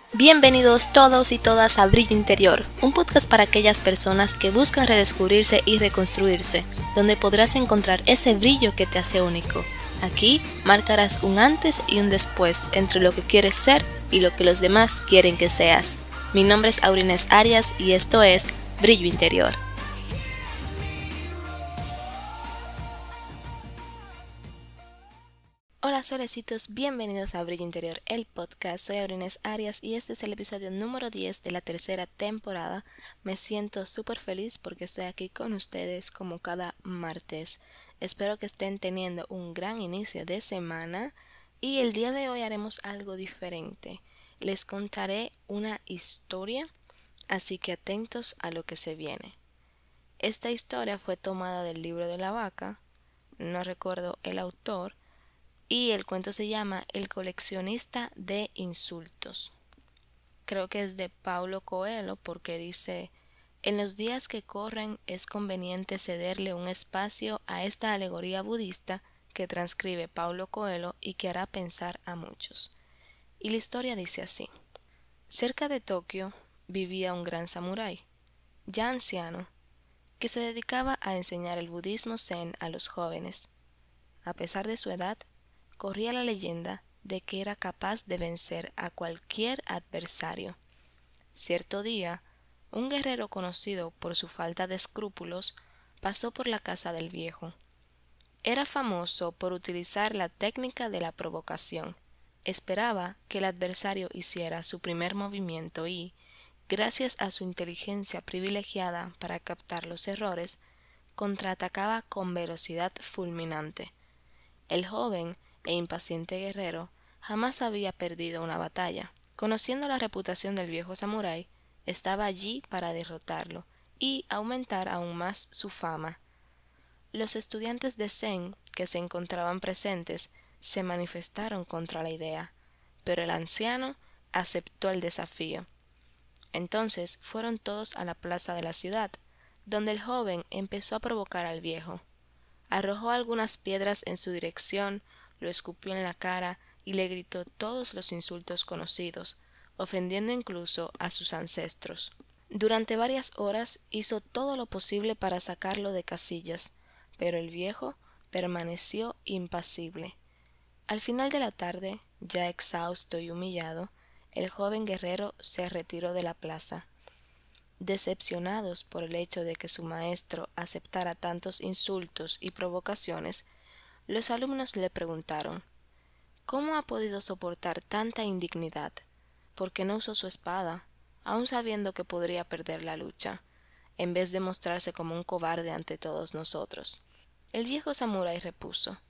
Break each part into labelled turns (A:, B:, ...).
A: Bienvenidos todos y todas a Brillo Interior, un podcast para aquellas personas que buscan redescubrirse y reconstruirse, donde podrás encontrar ese brillo que te hace único. Aquí marcarás un antes y un después entre lo que quieres ser y lo que los demás quieren que seas. Mi nombre es Aurines Arias y esto es Brillo Interior. Hola solecitos, bienvenidos a Brillo Interior, el podcast. Soy Aurines Arias y este es el episodio número 10 de la tercera temporada. Me siento súper feliz porque estoy aquí con ustedes como cada martes. Espero que estén teniendo un gran inicio de semana y el día de hoy haremos algo diferente. Les contaré una historia, así que atentos a lo que se viene. Esta historia fue tomada del libro de la vaca, no recuerdo el autor, y el cuento se llama El coleccionista de insultos. Creo que es de Paulo Coelho porque dice: en los días que corren es conveniente cederle un espacio a esta alegoría budista que transcribe Paulo Coelho y que hará pensar a muchos. Y la historia dice así: cerca de Tokio vivía un gran samurái, ya anciano, que se dedicaba a enseñar el budismo zen a los jóvenes. A pesar de su edad, corría la leyenda de que era capaz de vencer a cualquier adversario. Cierto día, un guerrero conocido por su falta de escrúpulos pasó por la casa del viejo. Era famoso por utilizar la técnica de la provocación. Esperaba que el adversario hiciera su primer movimiento y, gracias a su inteligencia privilegiada para captar los errores, contraatacaba con velocidad fulminante. El joven e impaciente guerrero jamás había perdido una batalla. Conociendo la reputación del viejo samurái, estaba allí para derrotarlo y aumentar aún más su fama. Los estudiantes de Zen que se encontraban presentes se manifestaron contra la idea, pero el anciano aceptó el desafío. Entonces fueron todos a la plaza de la ciudad, donde el joven empezó a provocar al viejo. Arrojó algunas piedras en su dirección, lo escupió en la cara y le gritó todos los insultos conocidos, ofendiendo incluso a sus ancestros. Durante varias horas hizo todo lo posible para sacarlo de casillas, pero el viejo permaneció impasible. Al final de la tarde, ya exhausto y humillado, el joven guerrero se retiró de la plaza. Decepcionados por el hecho de que su maestro aceptara tantos insultos y provocaciones, los alumnos le preguntaron: ¿cómo ha podido soportar tanta indignidad? ¿Por qué no usó su espada, aun sabiendo que podría perder la lucha, en vez de mostrarse como un cobarde ante todos nosotros? El viejo samurái repuso: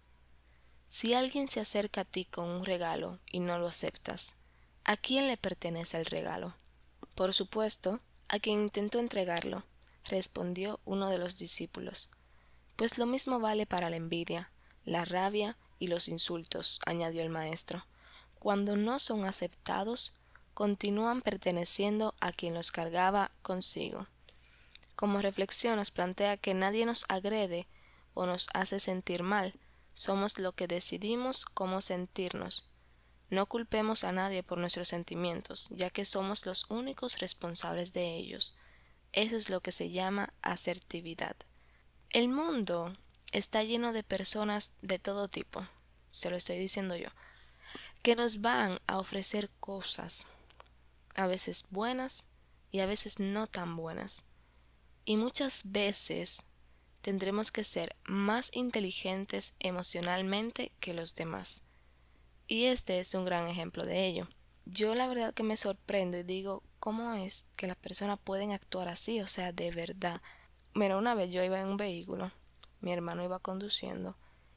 A: si alguien se acerca a ti con un regalo y no lo aceptas, ¿a quién le pertenece el regalo? Por supuesto, a quien intentó entregarlo, respondió uno de los discípulos. Pues lo mismo vale para la envidia, la rabia y los insultos, añadió el maestro. Cuando no son aceptados, continúan perteneciendo a quien los cargaba consigo. Como reflexión nos plantea que nadie nos agrede o nos hace sentir mal, somos lo que decidimos cómo sentirnos. No culpemos a nadie por nuestros sentimientos, ya que somos los únicos responsables de ellos. Eso es lo que se llama asertividad. El mundo está lleno de personas de todo tipo, se lo estoy diciendo yo, que nos van a ofrecer cosas, a veces buenas y a veces no tan buenas. Y muchas veces tendremos que ser más inteligentes emocionalmente que los demás. Y este es un gran ejemplo de ello. Yo la verdad que me sorprendo y digo, ¿cómo es que las personas pueden actuar así? O sea, de verdad. Mira, una vez yo iba en un vehículo, mi hermano iba conduciendo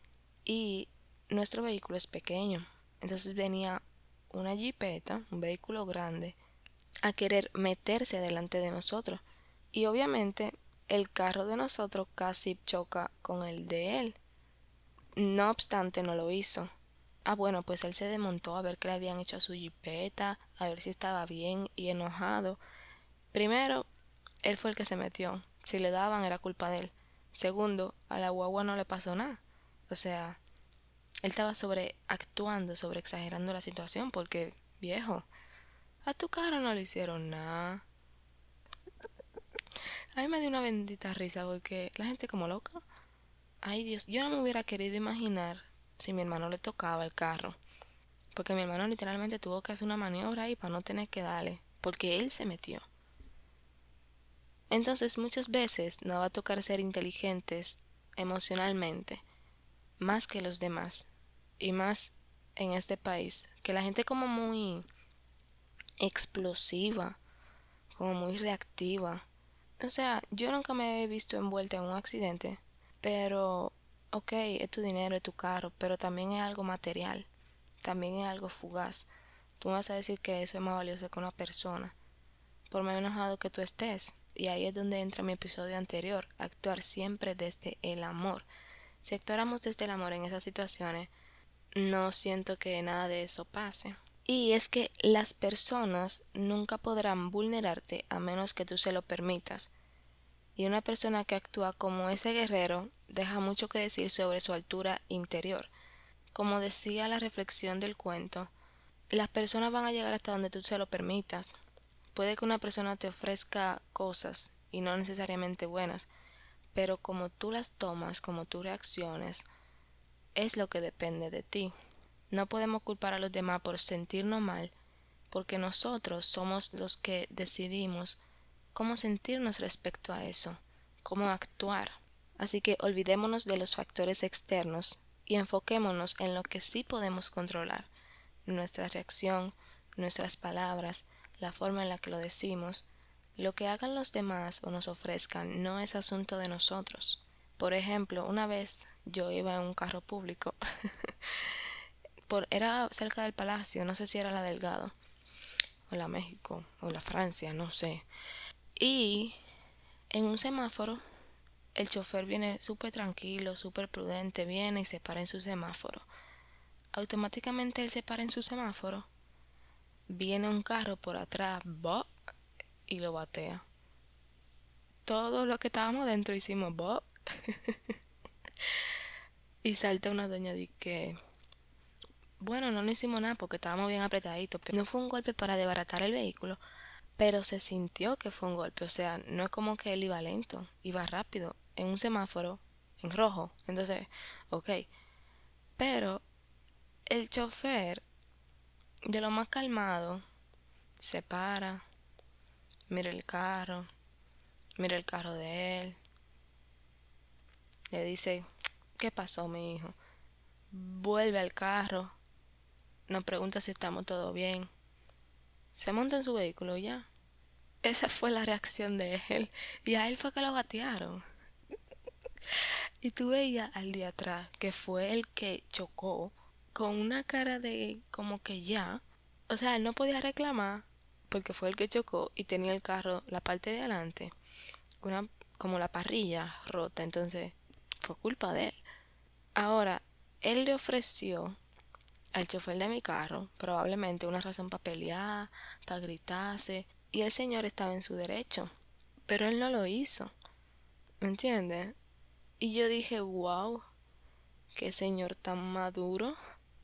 A: y nuestro vehículo es pequeño. Entonces venía una jipeta, un vehículo grande, a querer meterse delante de nosotros. Y obviamente el carro de nosotros casi choca con el de él. No obstante, no lo hizo. Bueno, pues él se desmontó a ver qué le habían hecho a su jipeta, a ver si estaba bien y enojado. Primero, él fue el que se metió. Si le daban era culpa de él. Segundo, a la guagua no le pasó nada. O sea, él estaba sobreactuando, sobreexagerando la situación porque, viejo, A tu carro no le hicieron nada. A mí me dio una bendita risa porque la gente como loca. Ay Dios, yo no me hubiera querido imaginar si mi hermano le tocaba el carro. Porque mi hermano literalmente tuvo que hacer una maniobra ahí para no tener que darle. Porque él se metió. Entonces muchas veces nos va a tocar ser inteligentes emocionalmente, más que los demás. Y más en este país, que la gente como muy explosiva, como muy reactiva. O sea, yo nunca me he visto envuelta en un accidente, pero, ok, es tu dinero, es tu carro, pero también es algo material, también es algo fugaz. Tú me vas a decir que eso es más valioso que una persona, por más enojado que tú estés. Y ahí es donde entra mi episodio anterior, actuar siempre desde el amor. Si actuáramos desde el amor en esas situaciones, no siento que nada de eso pase. Y es que las personas nunca podrán vulnerarte a menos que tú se lo permitas. Y una persona que actúa como ese guerrero deja mucho que decir sobre su altura interior. Como decía la reflexión del cuento, las personas van a llegar hasta donde tú se lo permitas. Puede que una persona te ofrezca cosas y no necesariamente buenas, pero como tú las tomas, como tú reacciones, es lo que depende de ti. No podemos culpar a los demás por sentirnos mal, porque nosotros somos los que decidimos cómo sentirnos respecto a eso, cómo actuar. Así que olvidémonos de los factores externos y enfoquémonos en lo que sí podemos controlar, nuestra reacción, nuestras palabras, la forma en la que lo decimos. Lo que hagan los demás o nos ofrezcan no es asunto de nosotros. Por ejemplo, una vez yo iba en un carro público, era cerca del Palacio, no sé si era la Delgado, o la México, o la Francia, no sé. Y en un semáforo, el chofer viene súper tranquilo, súper prudente, viene y se para en su semáforo. Automáticamente él se para en su semáforo, viene un carro por atrás, ¡bop! Y lo batea. Todos los que estábamos dentro hicimos ¡bop! Y salta una doña de que, bueno, no hicimos nada porque estábamos bien apretaditos. Pero no fue un golpe para desbaratar el vehículo, pero se sintió que fue un golpe. O sea, no es como que él iba lento, iba rápido, en un semáforo, en rojo. Entonces, ok. Pero el chofer, de lo más calmado, se para, mira el carro de él, le dice, ¿qué pasó, mi hijo? Vuelve al carro, nos pregunta si estamos todo bien, se monta en su vehículo y ya. Esa fue la reacción de él. Y a él fue que lo batearon. Y tú veías al de atrás, que fue el que chocó, con una cara de como que ya. O sea, él no podía reclamar porque fue el que chocó y tenía el carro, la parte de adelante, una, como la parrilla rota. Entonces, fue culpa de él. Ahora, él le ofreció al chofer de mi carro probablemente una razón para pelear, para gritarse. Y el señor estaba en su derecho. Pero él no lo hizo. ¿Me entiendes? Y yo dije, wow, qué señor tan maduro.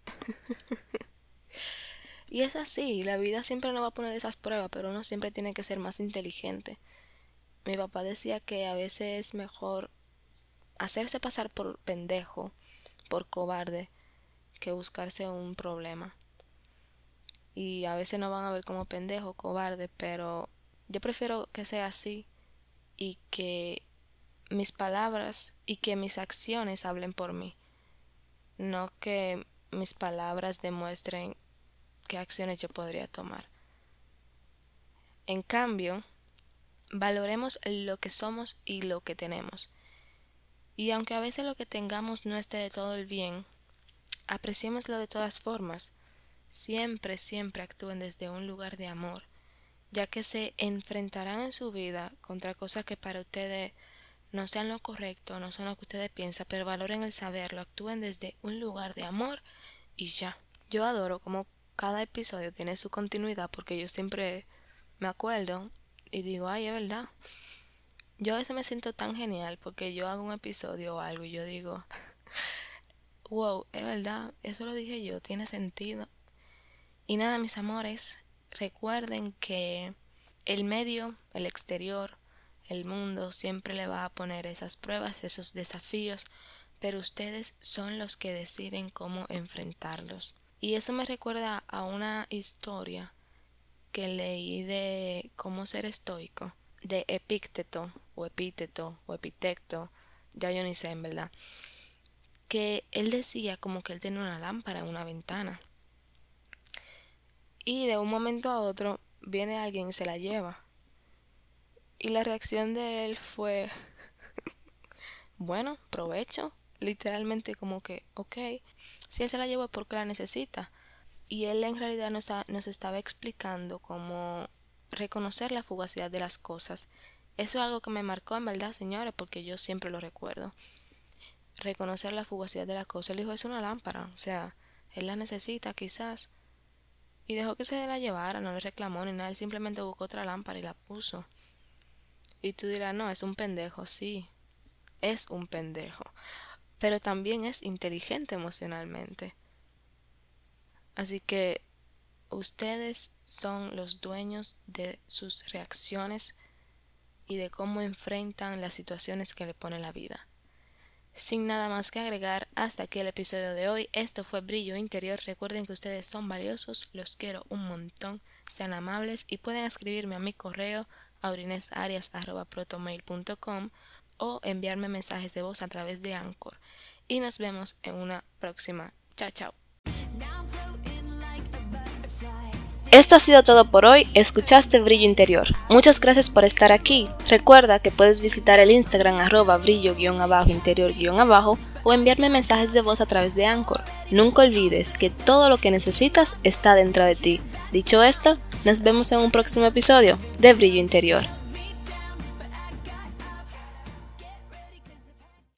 A: Y es así, la vida siempre nos va a poner esas pruebas, pero uno siempre tiene que ser más inteligente. Mi papá decía que a veces es mejor hacerse pasar por pendejo, por cobarde, que buscarse un problema. Y a veces nos van a ver como pendejo, cobarde, pero yo prefiero que sea así y que mis palabras y que mis acciones hablen por mí, no que mis palabras demuestren qué acciones yo podría tomar. En cambio, valoremos lo que somos y lo que tenemos. Y aunque a veces lo que tengamos no esté de todo el bien, apreciémoslo de todas formas. Siempre, siempre actúen desde un lugar de amor, ya que se enfrentarán en su vida contra cosas que para ustedes no sean lo correcto, no son lo que ustedes piensan, pero valoren el saberlo, actúen desde un lugar de amor y ya. Yo adoro como cada episodio tiene su continuidad porque yo siempre me acuerdo y digo, ay, es verdad. Yo a veces me siento tan genial porque yo hago un episodio o algo y yo digo, wow, es verdad, eso lo dije yo, tiene sentido. Y nada, mis amores, recuerden que el medio, el exterior, el mundo siempre le va a poner esas pruebas, esos desafíos, pero ustedes son los que deciden cómo enfrentarlos. Y eso me recuerda a una historia que leí de cómo ser estoico, de Epicteto, ya yo ni sé en verdad, que él decía como que él tenía una lámpara en una ventana y de un momento a otro viene alguien y se la lleva. Y la reacción de él fue, bueno, provecho, literalmente como que, ok, si él se la llevó es porque la necesita. Y él en realidad nos estaba explicando cómo reconocer la fugacidad de las cosas. Eso es algo que me marcó en verdad, señores, porque yo siempre lo recuerdo. Reconocer la fugacidad de las cosas. Él dijo, es una lámpara, o sea, él la necesita quizás. Y dejó que se la llevara, no le reclamó ni nada, él simplemente buscó otra lámpara y la puso. Y tú dirás, no, es un pendejo, sí, es un pendejo, pero también es inteligente emocionalmente. Así que ustedes son los dueños de sus reacciones y de cómo enfrentan las situaciones que le pone la vida. Sin nada más que agregar, hasta aquí el episodio de hoy. Esto fue Brillo Interior. Recuerden que ustedes son valiosos, los quiero un montón, sean amables y pueden escribirme a mi correo aurinesarias@protomail.com o enviarme mensajes de voz a través de Anchor. Y nos vemos en una próxima. Chao, chao. Esto ha sido todo por hoy, escuchaste Brillo Interior. Muchas gracias por estar aquí. Recuerda que puedes visitar el Instagram @brillo_interior_ o enviarme mensajes de voz a través de Anchor. Nunca olvides que todo lo que necesitas está dentro de ti. Dicho esto, nos vemos en un próximo episodio de Brillo Interior.